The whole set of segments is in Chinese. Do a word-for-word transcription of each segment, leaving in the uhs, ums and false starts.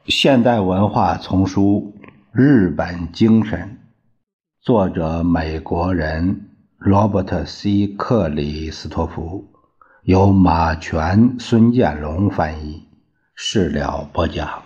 现代文化丛书《日本精神》，作者美国人罗伯特 C 克里斯托弗，由马全、孙建龙翻译，释了播讲。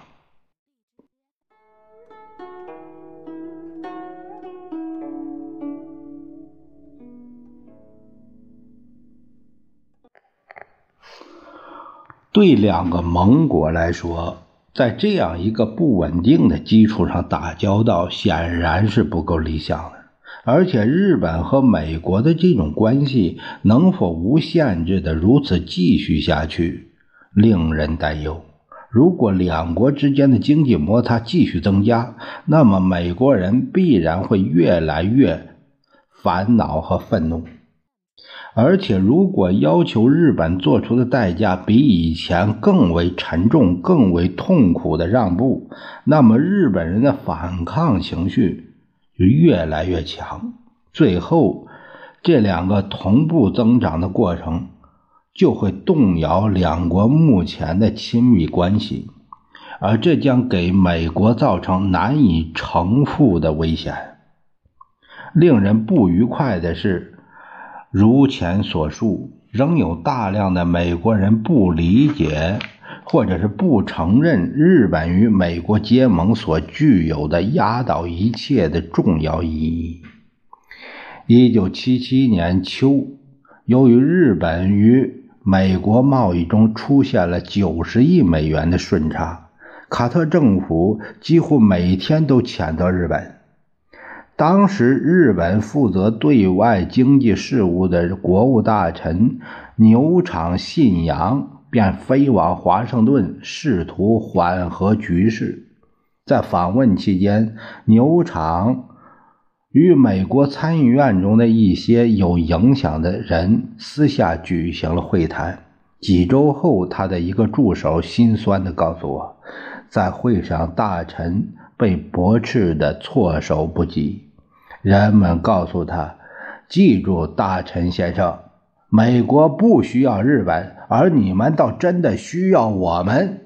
对两个盟国来说，在这样一个不稳定的基础上打交道显然是不够理想的，而且日本和美国的这种关系能否无限制的如此继续下去，令人担忧。如果两国之间的经济摩擦继续增加，那么美国人必然会越来越烦恼和愤怒。而且如果要求日本做出的代价比以前更为沉重、更为痛苦的让步，那么日本人的反抗情绪就越来越强，最后这两个同步增长的过程就会动摇两国目前的亲密关系，而这将给美国造成难以承负的危险。令人不愉快的是，如前所述，仍有大量的美国人不理解或者是不承认日本与美国结盟所具有的压倒一切的重要意义。一九七七年秋，由于日本与美国贸易中出现了九十亿美元的顺差，卡特政府几乎每天都谴责日本。当时日本负责对外经济事务的国务大臣牛场信阳便飞往华盛顿，试图缓和局势。在访问期间，牛场与美国参议院中的一些有影响的人私下举行了会谈。几周后，他的一个助手心酸地告诉我，在会上大臣被驳斥得措手不及。人们告诉他，记住大臣先生，美国不需要日本，而你们倒真的需要我们。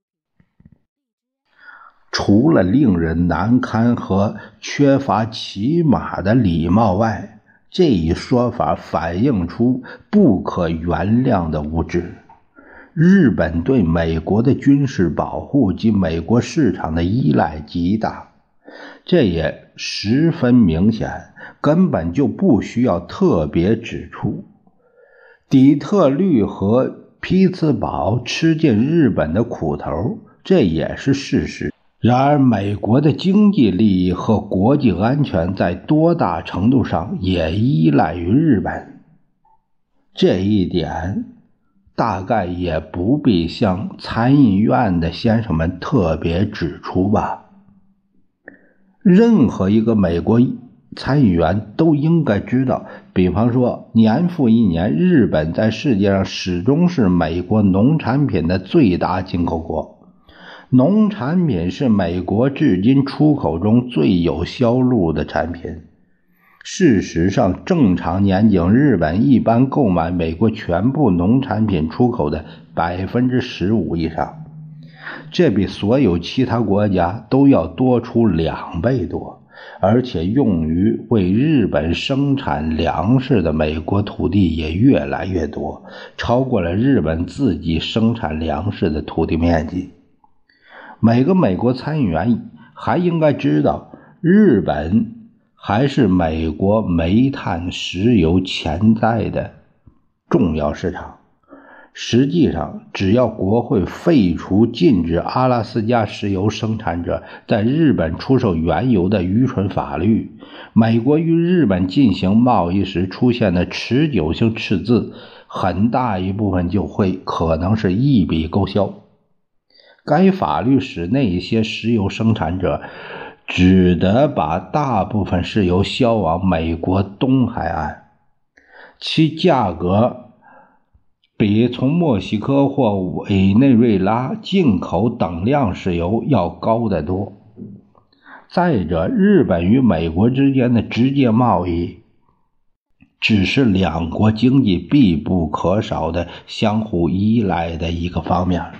除了令人难堪和缺乏起码的礼貌外，这一说法反映出不可原谅的无知。日本对美国的军事保护及美国市场的依赖极大，这也十分明显，根本就不需要特别指出。底特律和匹兹堡吃尽日本的苦头，这也是事实。然而美国的经济利益和国际安全在多大程度上也依赖于日本，这一点大概也不必向参议院的先生们特别指出吧。任何一个美国参议员都应该知道，比方说年复一年，日本在世界上始终是美国农产品的最大进口国，农产品是美国至今出口中最有销路的产品。事实上，正常年景，日本一般购买美国全部农产品出口的 百分之十五 以上，这比所有其他国家都要多出两倍多，而且用于为日本生产粮食的美国土地也越来越多，超过了日本自己生产粮食的土地面积。每个美国参议员还应该知道，日本还是美国煤炭石油潜在的重要市场。实际上，只要国会废除禁止阿拉斯加石油生产者在日本出售原油的愚蠢法律，美国与日本进行贸易时出现的持久性赤字，很大一部分就会可能是一笔勾销。该法律使那些石油生产者只得把大部分石油销往美国东海岸，其价格比从墨西哥或委内瑞拉进口等量石油要高得多。再者，日本与美国之间的直接贸易只是两国经济必不可少的相互依赖的一个方面，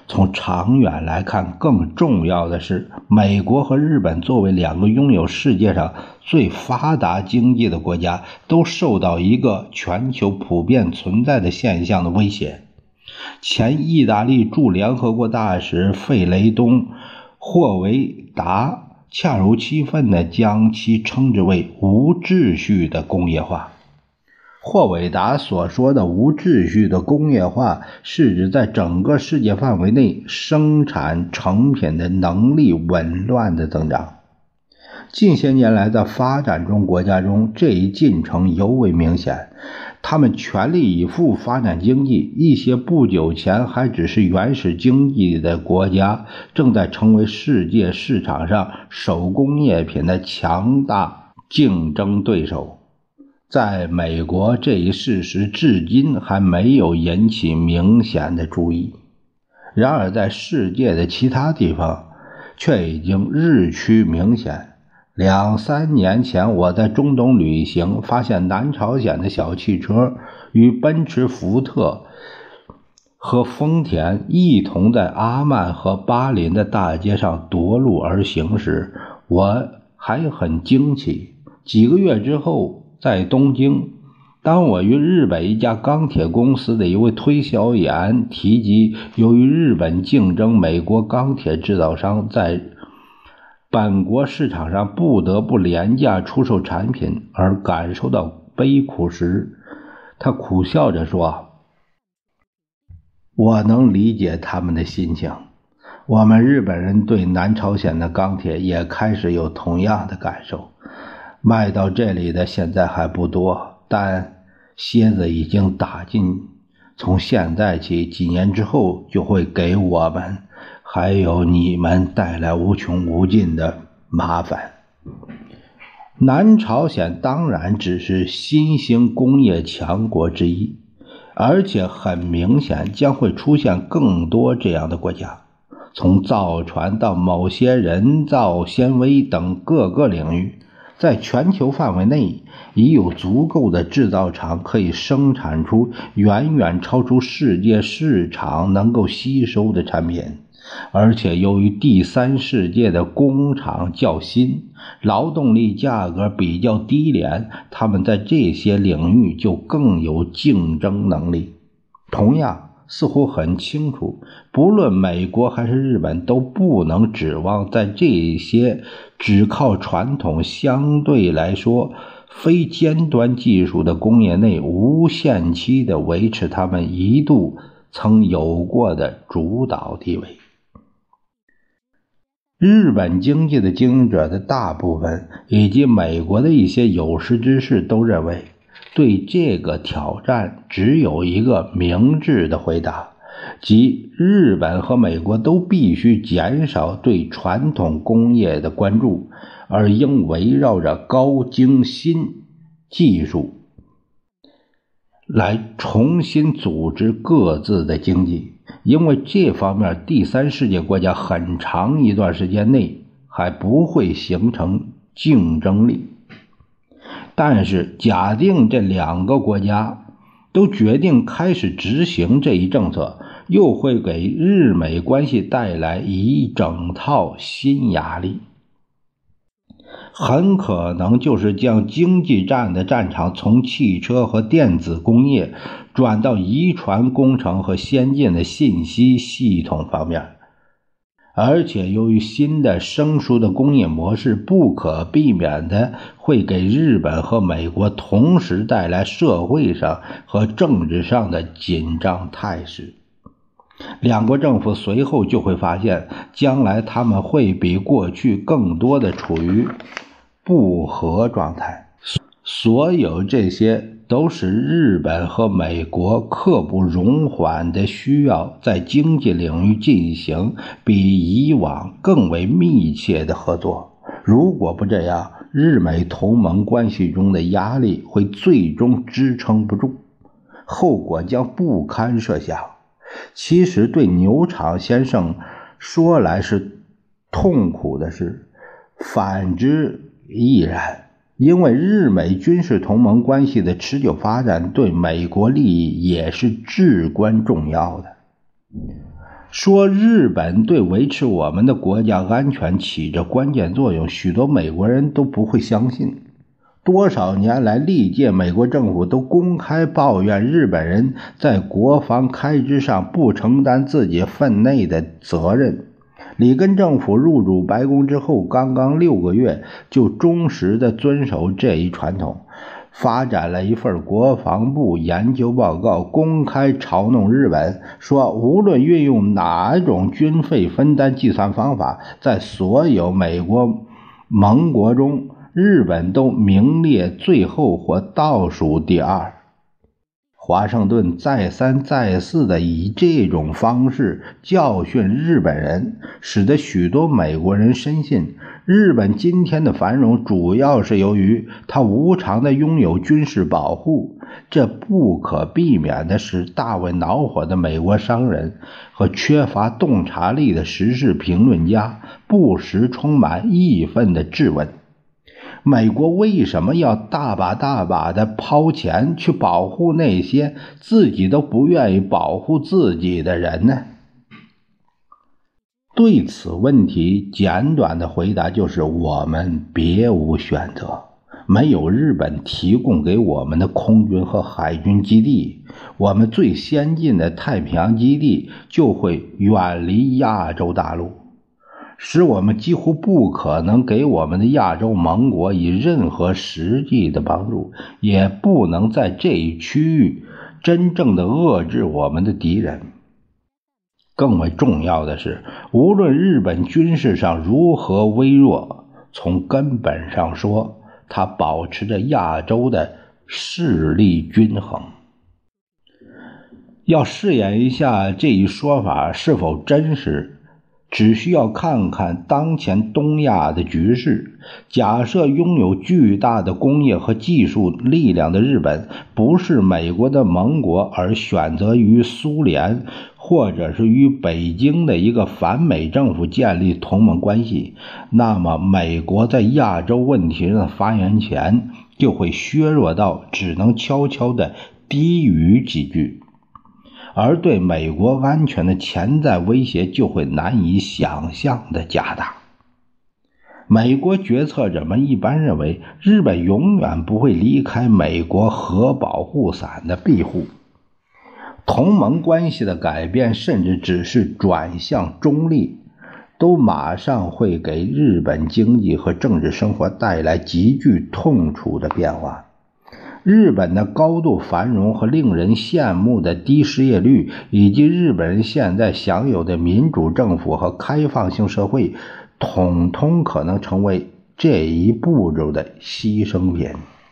从长远来看，更重要的是，美国和日本作为两个拥有世界上最发达经济的国家，都受到一个全球普遍存在的现象的威胁。前意大利驻联合国大使费雷东·霍维达恰如其分地将其称之为无秩序的工业化。霍维达所说的无秩序的工业化，是指在整个世界范围内生产成品的能力紊乱的增长。近些年来，在发展中国家中，这一进程尤为明显。他们全力以赴发展经济，一些不久前还只是原始经济的国家，正在成为世界市场上手工业品的强大竞争对手。在美国，这一事实至今还没有引起明显的注意，然而在世界的其他地方却已经日趋明显。两三年前，我在中东旅行，发现南朝鲜的小汽车与奔驰、福特和丰田一同在阿曼和巴林的大街上夺路而行时，我还很惊奇。几个月之后，在东京，当我与日本一家钢铁公司的一位推销员提及由于日本竞争美国钢铁制造商在本国市场上不得不廉价出售产品而感受到悲苦时，他苦笑着说：“我能理解他们的心情。我们日本人对南朝鲜的钢铁也开始有同样的感受。卖到这里的现在还不多，但蝎子已经打尽，从现在起几年之后就会给我们还有你们带来无穷无尽的麻烦。”南朝鲜当然只是新兴工业强国之一，而且很明显将会出现更多这样的国家。从造船到某些人造纤维等各个领域，在全球范围内已有足够的制造厂可以生产出远远超出世界市场能够吸收的产品。而且由于第三世界的工厂较新，劳动力价格比较低廉，他们在这些领域就更有竞争能力。同样，似乎很清楚，不论美国还是日本都不能指望在这些只靠传统相对来说非尖端技术的工业内无限期地维持他们一度曾有过的主导地位。日本经济的经营者的大部分以及美国的一些有识之士都认为，对这个挑战只有一个明智的回答，即日本和美国都必须减少对传统工业的关注，而应围绕着高精新技术来重新组织各自的经济。因为这方面第三世界国家很长一段时间内还不会形成竞争力。但是假定这两个国家都决定开始执行这一政策，又会给日美关系带来一整套新压力，很可能就是将经济战的战场从汽车和电子工业转到遗传工程和先进的信息系统方面。而且由于新的生疏的工业模式不可避免的会给日本和美国同时带来社会上和政治上的紧张态势，两国政府随后就会发现，将来他们会比过去更多的处于不和状态。所有这些都是日本和美国刻不容缓的需要在经济领域进行比以往更为密切的合作。如果不这样，日美同盟关系中的压力会最终支撑不住，后果将不堪设想。其实对牛场先生说来是痛苦的事，反之亦然。因为日美军事同盟关系的持久发展对美国利益也是至关重要的。 说日本对维持我们的国家安全起着关键作用，许多美国人都不会相信。多少年来，历届美国政府都公开抱怨日本人在国防开支上不承担自己分内的责任。里根政府入主白宫之后，刚刚六个月就忠实地遵守这一传统，发展了一份国防部研究报告，公开嘲弄日本，说无论运用哪种军费分担计算方法，在所有美国盟国中，日本都名列最后或倒数第二。华盛顿再三再四地以这种方式教训日本人，使得许多美国人深信日本今天的繁荣主要是由于它无偿地拥有军事保护。这不可避免的使大为恼火的美国商人和缺乏洞察力的时事评论家不时充满义愤地质问：美国为什么要大把大把的抛钱去保护那些自己都不愿意保护自己的人呢？对此问题，简短的回答就是：我们别无选择。没有日本提供给我们的空军和海军基地，我们最先进的太平洋基地就会远离亚洲大陆，使我们几乎不可能给我们的亚洲盟国以任何实际的帮助，也不能在这一区域真正的遏制我们的敌人。更为重要的是，无论日本军事上如何微弱，从根本上说，它保持着亚洲的势力均衡。要试验一下这一说法是否真实，只需要看看当前东亚的局势。假设拥有巨大的工业和技术力量的日本不是美国的盟国，而选择与苏联或者是与北京的一个反美政府建立同盟关系，那么美国在亚洲问题上的发言权就会削弱到只能悄悄地低语几句，而对美国安全的潜在威胁就会难以想象地加大。美国决策者们一般认为，日本永远不会离开美国核保护伞的庇护，同盟关系的改变甚至只是转向中立，都马上会给日本经济和政治生活带来极具痛楚的变化。日本的高度繁荣和令人羡慕的低失业率，以及日本人现在享有的民主政府和开放性社会，统统可能成为这一步骤的牺牲品。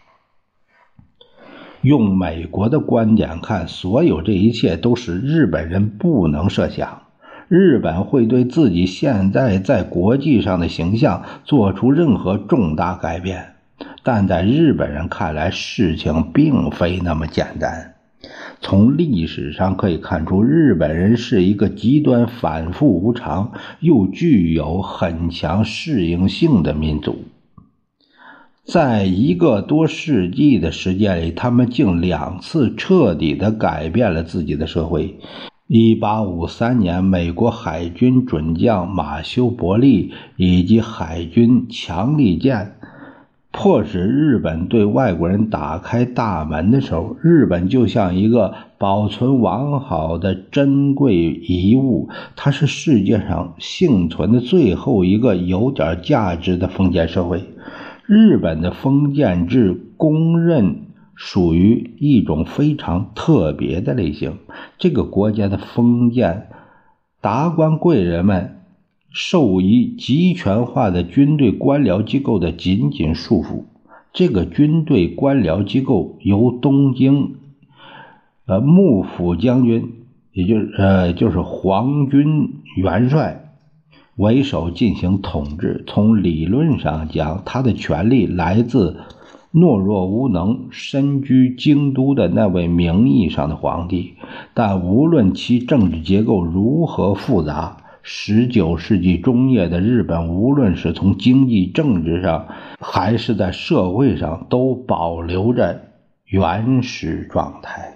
用美国的观点看，所有这一切都是日本人不能设想。日本会对自己现在在国际上的形象做出任何重大改变，但在日本人看来，事情并非那么简单。从历史上可以看出，日本人是一个极端反复无常又具有很强适应性的民族。在一个多世纪的时间里，他们竟两次彻底地改变了自己的社会。一八五三年，美国海军准将马修伯利以及海军强力舰迫使日本对外国人打开大门的时候，日本就像一个保存完好的珍贵遗物，它是世界上幸存的最后一个有点价值的封建社会。日本的封建制公认属于一种非常特别的类型，这个国家的封建达官贵人们受以集权化的军队官僚机构的紧紧束缚。这个军队官僚机构由东京呃幕府将军，也就是呃就是皇军元帅为首进行统治。从理论上讲，他的权力来自懦弱无能、身居京都的那位名义上的皇帝，但无论其政治结构如何复杂，十九世纪中叶的日本，无论是从经济政治上还是在社会上，都保留着原始状态。